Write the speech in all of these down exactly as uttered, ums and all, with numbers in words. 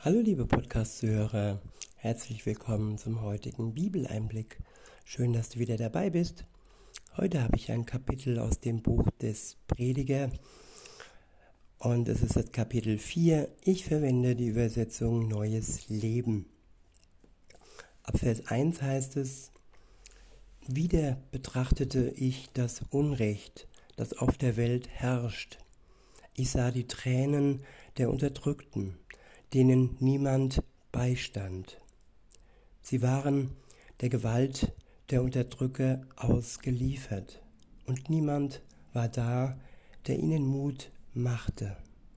Hallo liebe Podcast-Zuhörer, herzlich willkommen zum heutigen Bibeleinblick. Schön, dass du wieder dabei bist. Heute habe ich ein Kapitel aus dem Buch des Prediger und es ist das Kapitel vier. Ich verwende die Übersetzung Neues Leben. Ab Vers eins heißt es: Wieder betrachtete ich das Unrecht, das auf der Welt herrscht. Ich sah die Tränen der Unterdrückten, denen niemand beistand. Sie waren der Gewalt der Unterdrücker ausgeliefert, und niemand war da, der ihnen Mut machte.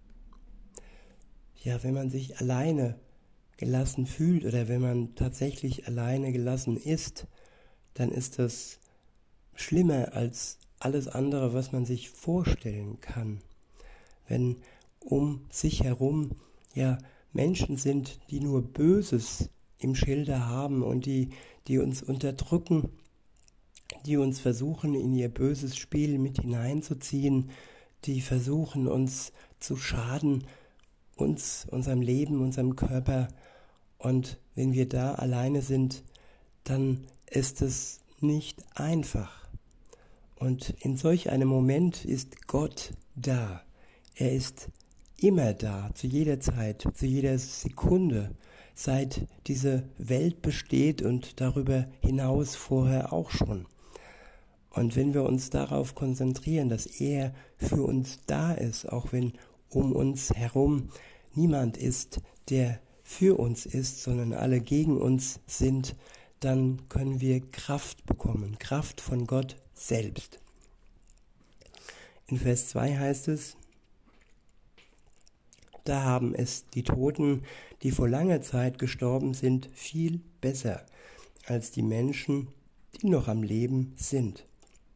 Ja, wenn man sich alleine gelassen fühlt oder wenn man tatsächlich alleine gelassen ist, dann ist das schlimmer als alles andere, was man sich vorstellen kann. Wenn um sich herum ja Menschen sind, die nur Böses im Schilde haben und die, die uns unterdrücken, die uns versuchen, in ihr böses Spiel mit hineinzuziehen, die versuchen, uns zu schaden, uns, unserem Leben, unserem Körper. Und wenn wir da alleine sind, dann ist es nicht einfach. Und in solch einem Moment ist Gott da. Er ist immer da, zu jeder Zeit, zu jeder Sekunde, seit diese Welt besteht und darüber hinaus vorher auch schon. Und wenn wir uns darauf konzentrieren, dass er für uns da ist, auch wenn um uns herum niemand ist, der für uns ist, sondern alle gegen uns sind, dann können wir Kraft bekommen, Kraft von Gott selbst. In Vers zwei heißt es: Da haben es die Toten, die vor langer Zeit gestorben sind, viel besser als die Menschen, die noch am Leben sind.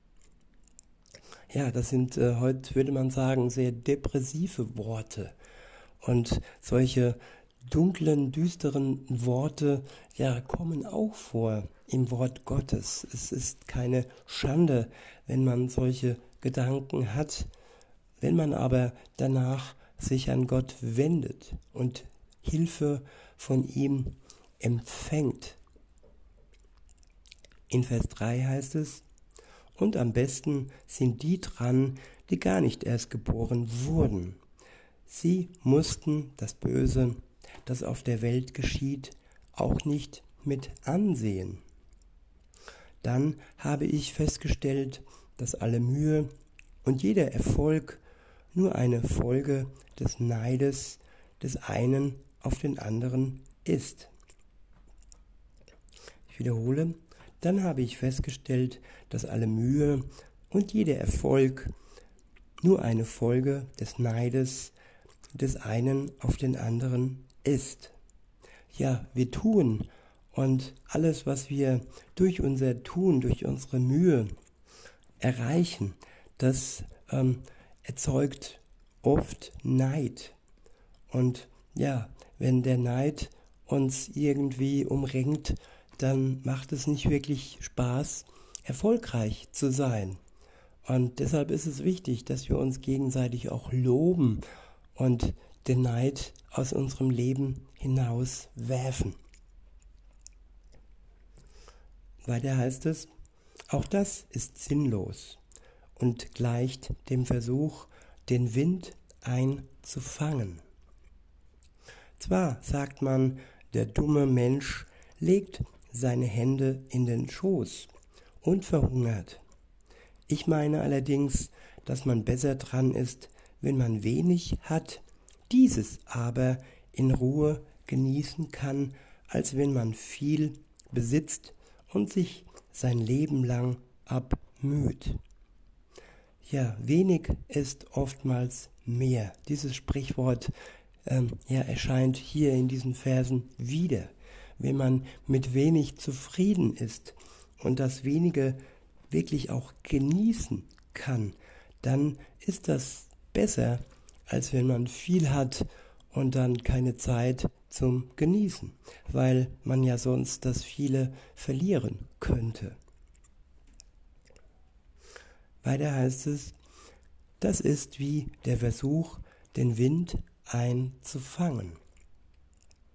Ja, das sind äh, heute, würde man sagen, sehr depressive Worte. Und solche dunklen, düsteren Worte, ja, kommen auch vor im Wort Gottes. Es ist keine Schande, wenn man solche Gedanken hat, wenn man aber danach sich an Gott wendet und Hilfe von ihm empfängt. In Vers drei heißt es: Und am besten sind die dran, die gar nicht erst geboren wurden. Sie mussten das Böse, das auf der Welt geschieht, auch nicht mit ansehen. Dann habe ich festgestellt, dass alle Mühe und jeder Erfolg nur eine Folge des Neides des einen auf den anderen ist. Ich wiederhole: Dann habe ich festgestellt, dass alle Mühe und jeder Erfolg nur eine Folge des Neides des einen auf den anderen ist. Ja, wir tun, und alles, was wir durch unser Tun, durch unsere Mühe erreichen, das ähm, erzeugt oft Neid. Und ja, wenn der Neid uns irgendwie umringt, dann macht es nicht wirklich Spaß, erfolgreich zu sein. Und deshalb ist es wichtig, dass wir uns gegenseitig auch loben und den Neid aus unserem Leben hinaus werfen. Weiter heißt es: Auch das ist sinnlos und gleicht dem Versuch, den Wind einzufangen. Zwar sagt man, der dumme Mensch legt seine Hände in den Schoß und verhungert. Ich meine allerdings, dass man besser dran ist, wenn man wenig hat, dieses aber in Ruhe genießen kann, als wenn man viel besitzt und sich sein Leben lang abmüht. Ja, wenig ist oftmals mehr. Dieses Sprichwort ähm, ja, erscheint hier in diesen Versen wieder. Wenn man mit wenig zufrieden ist und das Wenige wirklich auch genießen kann, dann ist das besser, als wenn man viel hat und dann keine Zeit zum Genießen, weil man ja sonst das Viele verlieren könnte. Weiter heißt es: Das ist wie der Versuch, den Wind einzufangen.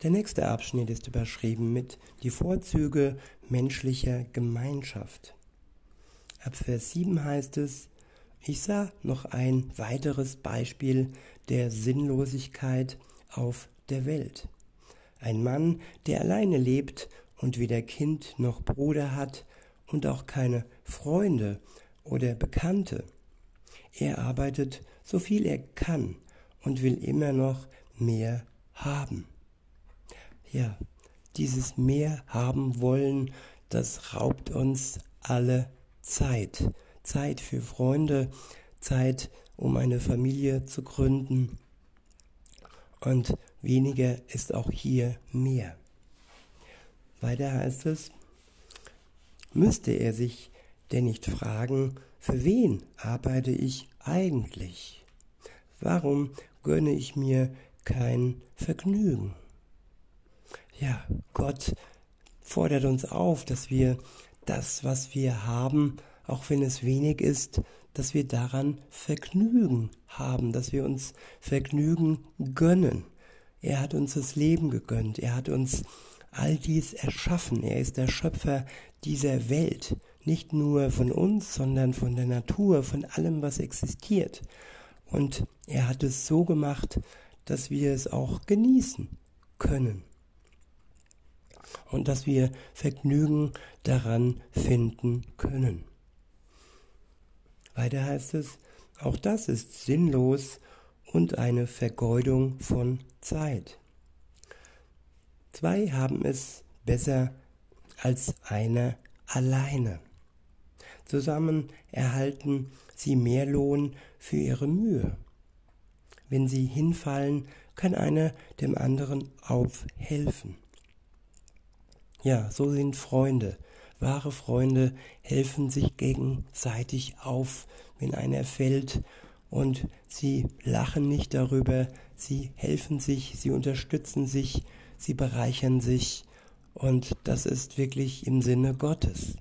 Der nächste Abschnitt ist überschrieben mit die Vorzüge menschlicher Gemeinschaft. Ab Vers sieben heißt es: Ich sah noch ein weiteres Beispiel der Sinnlosigkeit auf der Welt. Ein Mann, der alleine lebt und weder Kind noch Bruder hat und auch keine Freunde oder Bekannte. Er arbeitet so viel er kann und will immer noch mehr haben. Ja, dieses mehr haben wollen, das raubt uns alle Zeit. Zeit für Freunde, Zeit, um eine Familie zu gründen. Und weniger ist auch hier mehr. Weiter heißt es: Müsste er sich denn nicht fragen, für wen arbeite ich eigentlich? Warum gönne ich mir kein Vergnügen? Ja, Gott fordert uns auf, dass wir das, was wir haben, auch wenn es wenig ist, dass wir daran Vergnügen haben, dass wir uns Vergnügen gönnen. Er hat uns das Leben gegönnt, er hat uns all dies erschaffen, er ist der Schöpfer dieser Welt, nicht nur von uns, sondern von der Natur, von allem, was existiert. Und er hat es so gemacht, dass wir es auch genießen können. Und dass wir Vergnügen daran finden können. Weiter heißt es: Auch das ist sinnlos und eine Vergeudung von Zeit. Zwei haben es besser als einer alleine. Zusammen erhalten sie mehr Lohn für ihre Mühe. Wenn sie hinfallen, kann einer dem anderen aufhelfen. Ja, so sind Freunde. Wahre Freunde helfen sich gegenseitig auf, wenn einer fällt, und sie lachen nicht darüber, sie helfen sich, sie unterstützen sich, sie bereichern sich, und das ist wirklich im Sinne Gottes.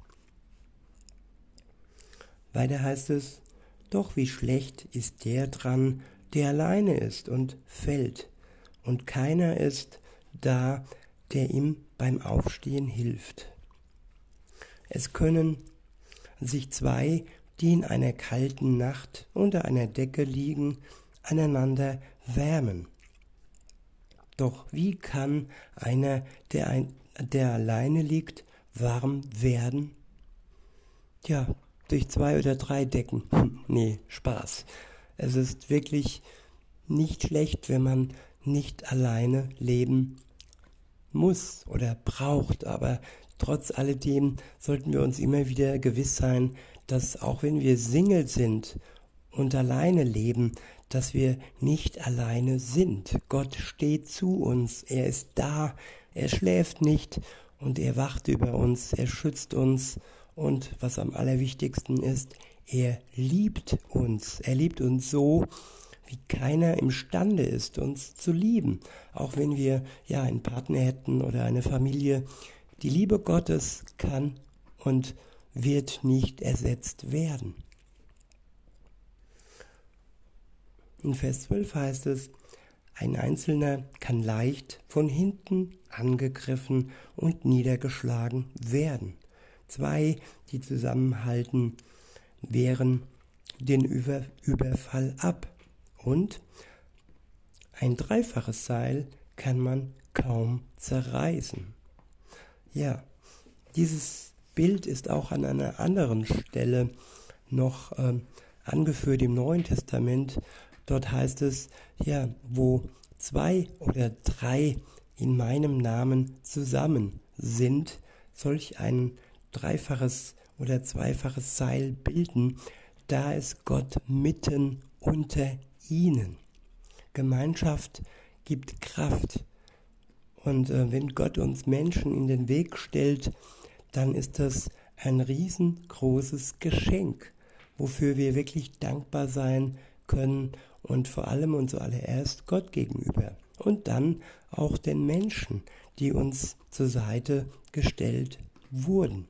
Weiter heißt es: Doch wie schlecht ist der dran, der alleine ist und fällt, und keiner ist da, der ihm beim Aufstehen hilft. Es können sich zwei, die in einer kalten Nacht unter einer Decke liegen, aneinander wärmen. Doch wie kann einer, der, ein, der alleine liegt, warm werden? Ja, durch zwei oder drei Decken. Hm, nee, Spaß. Es ist wirklich nicht schlecht, wenn man nicht alleine leben muss oder braucht, aber trotz alledem sollten wir uns immer wieder gewiss sein, dass auch wenn wir Single sind und alleine leben, dass wir nicht alleine sind. Gott steht zu uns, er ist da, er schläft nicht und er wacht über uns, er schützt uns und was am allerwichtigsten ist, er liebt uns. Er liebt uns so, wie keiner imstande ist, uns zu lieben. Auch wenn wir ja einen Partner hätten oder eine Familie, die Liebe Gottes kann und wird nicht ersetzt werden. In Vers zwölf heißt es: Ein Einzelner kann leicht von hinten angegriffen und niedergeschlagen werden. Zwei, die zusammenhalten, wehren den Über- Überfall ab. Und ein dreifaches Seil kann man kaum zerreißen. Ja, dieses Bild ist auch an einer anderen Stelle noch ähm, angeführt im Neuen Testament. Dort heißt es, ja, wo zwei oder drei in meinem Namen zusammen sind, solch ein dreifaches oder zweifaches Seil bilden, da ist Gott mitten unter ihnen. Gemeinschaft gibt Kraft. Und äh, wenn Gott uns Menschen in den Weg stellt, dann ist das ein riesengroßes Geschenk, wofür wir wirklich dankbar sein können und vor allem und zuallererst Gott gegenüber. Und dann auch den Menschen, die uns zur Seite gestellt wurden.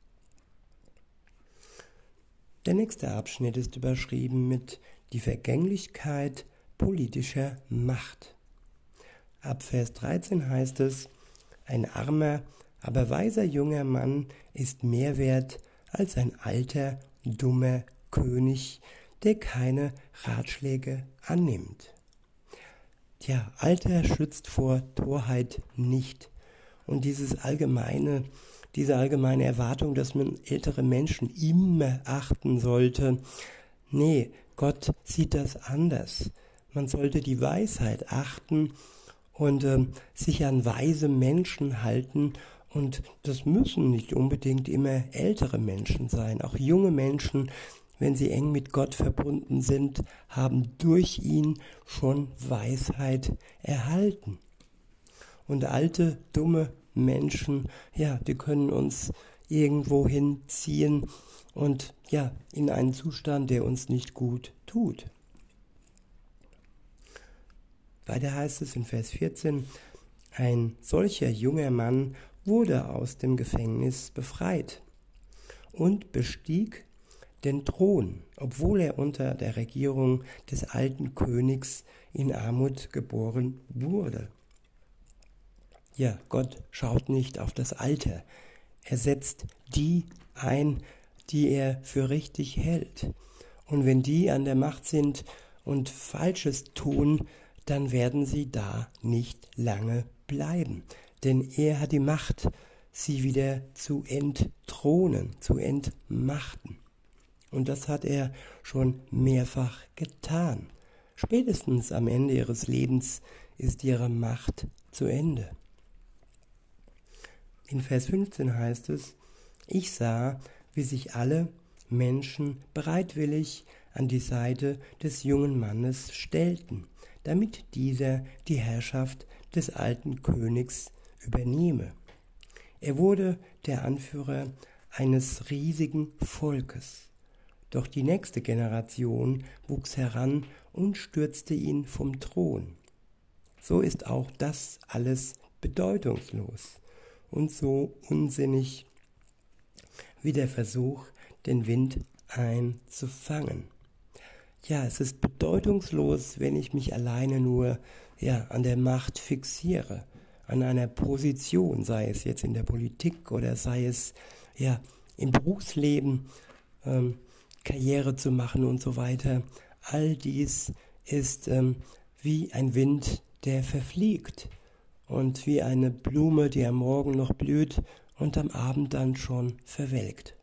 Der nächste Abschnitt ist überschrieben mit die Vergänglichkeit politischer Macht. Ab Vers dreizehn heißt es, ein armer, aber weiser junger Mann ist mehr wert als ein alter, dummer König, der keine Ratschläge annimmt. Tja, Alter schützt vor Torheit nicht. Und dieses allgemeine, diese allgemeine Erwartung, dass man ältere Menschen immer achten sollte, nee, Gott sieht das anders. Man sollte die Weisheit achten und äh, sich an weise Menschen halten. Und das müssen nicht unbedingt immer ältere Menschen sein. Auch junge Menschen, wenn sie eng mit Gott verbunden sind, haben durch ihn schon Weisheit erhalten. Und alte, dumme Menschen, ja, die können uns irgendwo hinziehen und ja, in einen Zustand, der uns nicht gut tut. Weiter heißt es in Vers vierzehn, ein solcher junger Mann wurde aus dem Gefängnis befreit und bestieg den Thron, obwohl er unter der Regierung des alten Königs in Armut geboren wurde. Ja, Gott schaut nicht auf das Alter. Er setzt die ein, die er für richtig hält. Und wenn die an der Macht sind und Falsches tun, dann werden sie da nicht lange bleiben. Denn er hat die Macht, sie wieder zu entthronen, zu entmachten. Und das hat er schon mehrfach getan. Spätestens am Ende ihres Lebens ist ihre Macht zu Ende. In Vers fünfzehn heißt es, ich sah, wie sich alle Menschen bereitwillig an die Seite des jungen Mannes stellten, damit dieser die Herrschaft des alten Königs übernehme. Er wurde der Anführer eines riesigen Volkes. Doch die nächste Generation wuchs heran und stürzte ihn vom Thron. So ist auch das alles bedeutungslos und so unsinnig wie der Versuch, den Wind einzufangen. Ja, es ist bedeutungslos, wenn ich mich alleine nur ja, an der Macht fixiere, an einer Position, sei es jetzt in der Politik oder sei es ja, im Berufsleben, ähm, Karriere zu machen und so weiter. All dies ist ähm, wie ein Wind, der verfliegt und wie eine Blume, die am Morgen noch blüht und am Abend dann schon verwelkt.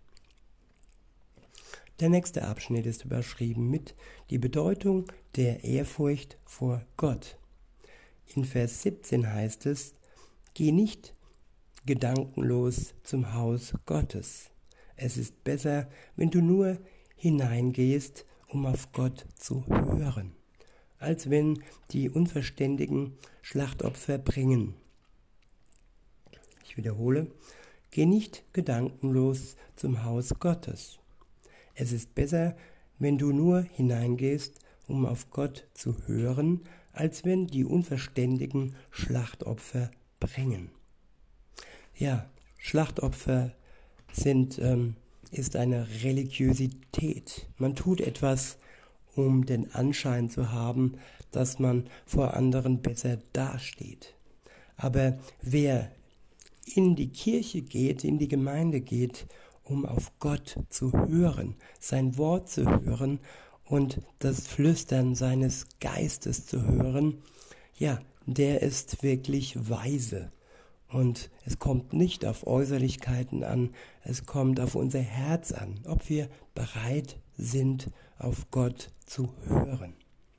Der nächste Abschnitt ist überschrieben mit die Bedeutung der Ehrfurcht vor Gott. In Vers siebzehn heißt es, geh nicht gedankenlos zum Haus Gottes. Es ist besser, wenn du nur hineingehst, um auf Gott zu hören, als wenn die Unverständigen Schlachtopfer bringen. Ich wiederhole, geh nicht gedankenlos zum Haus Gottes. Es ist besser, wenn du nur hineingehst, um auf Gott zu hören, als wenn die Unverständigen Schlachtopfer bringen. Ja, Schlachtopfer sind ähm, ist eine Religiosität. Man tut etwas, um den Anschein zu haben, dass man vor anderen besser dasteht. Aber wer in die Kirche geht, in die Gemeinde geht, um auf Gott zu hören, sein Wort zu hören und das Flüstern seines Geistes zu hören, ja, der ist wirklich weise. Und es kommt nicht auf Äußerlichkeiten an, es kommt auf unser Herz an, ob wir bereit sind, auf Gott zu hören.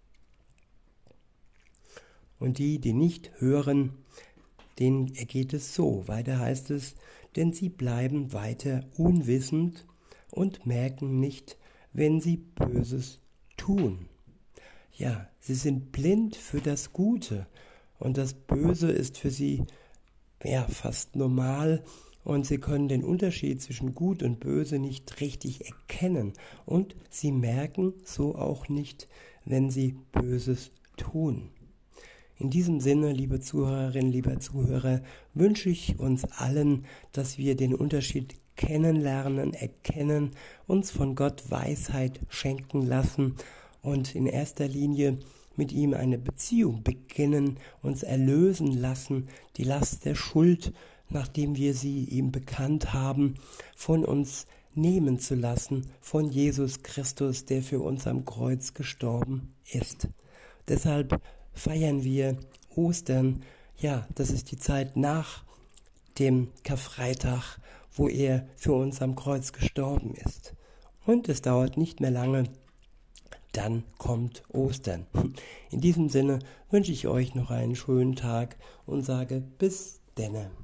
Und die, die nicht hören, denen ergeht es so. Weiter heißt es, denn sie bleiben weiter unwissend und merken nicht, wenn sie Böses tun. Ja, sie sind blind für das Gute und das Böse ist für sie ja, fast normal und sie können den Unterschied zwischen Gut und Böse nicht richtig erkennen und sie merken so auch nicht, wenn sie Böses tun. In diesem Sinne, liebe Zuhörerinnen, lieber Zuhörer, wünsche ich uns allen, dass wir den Unterschied kennenlernen, erkennen, uns von Gott Weisheit schenken lassen und in erster Linie mit ihm eine Beziehung beginnen, uns erlösen lassen, die Last der Schuld, nachdem wir sie ihm bekannt haben, von uns nehmen zu lassen, von Jesus Christus, der für uns am Kreuz gestorben ist. Deshalb feiern wir Ostern, ja, das ist die Zeit nach dem Karfreitag, wo er für uns am Kreuz gestorben ist. Und es dauert nicht mehr lange, dann kommt Ostern. In diesem Sinne wünsche ich euch noch einen schönen Tag und sage bis denne.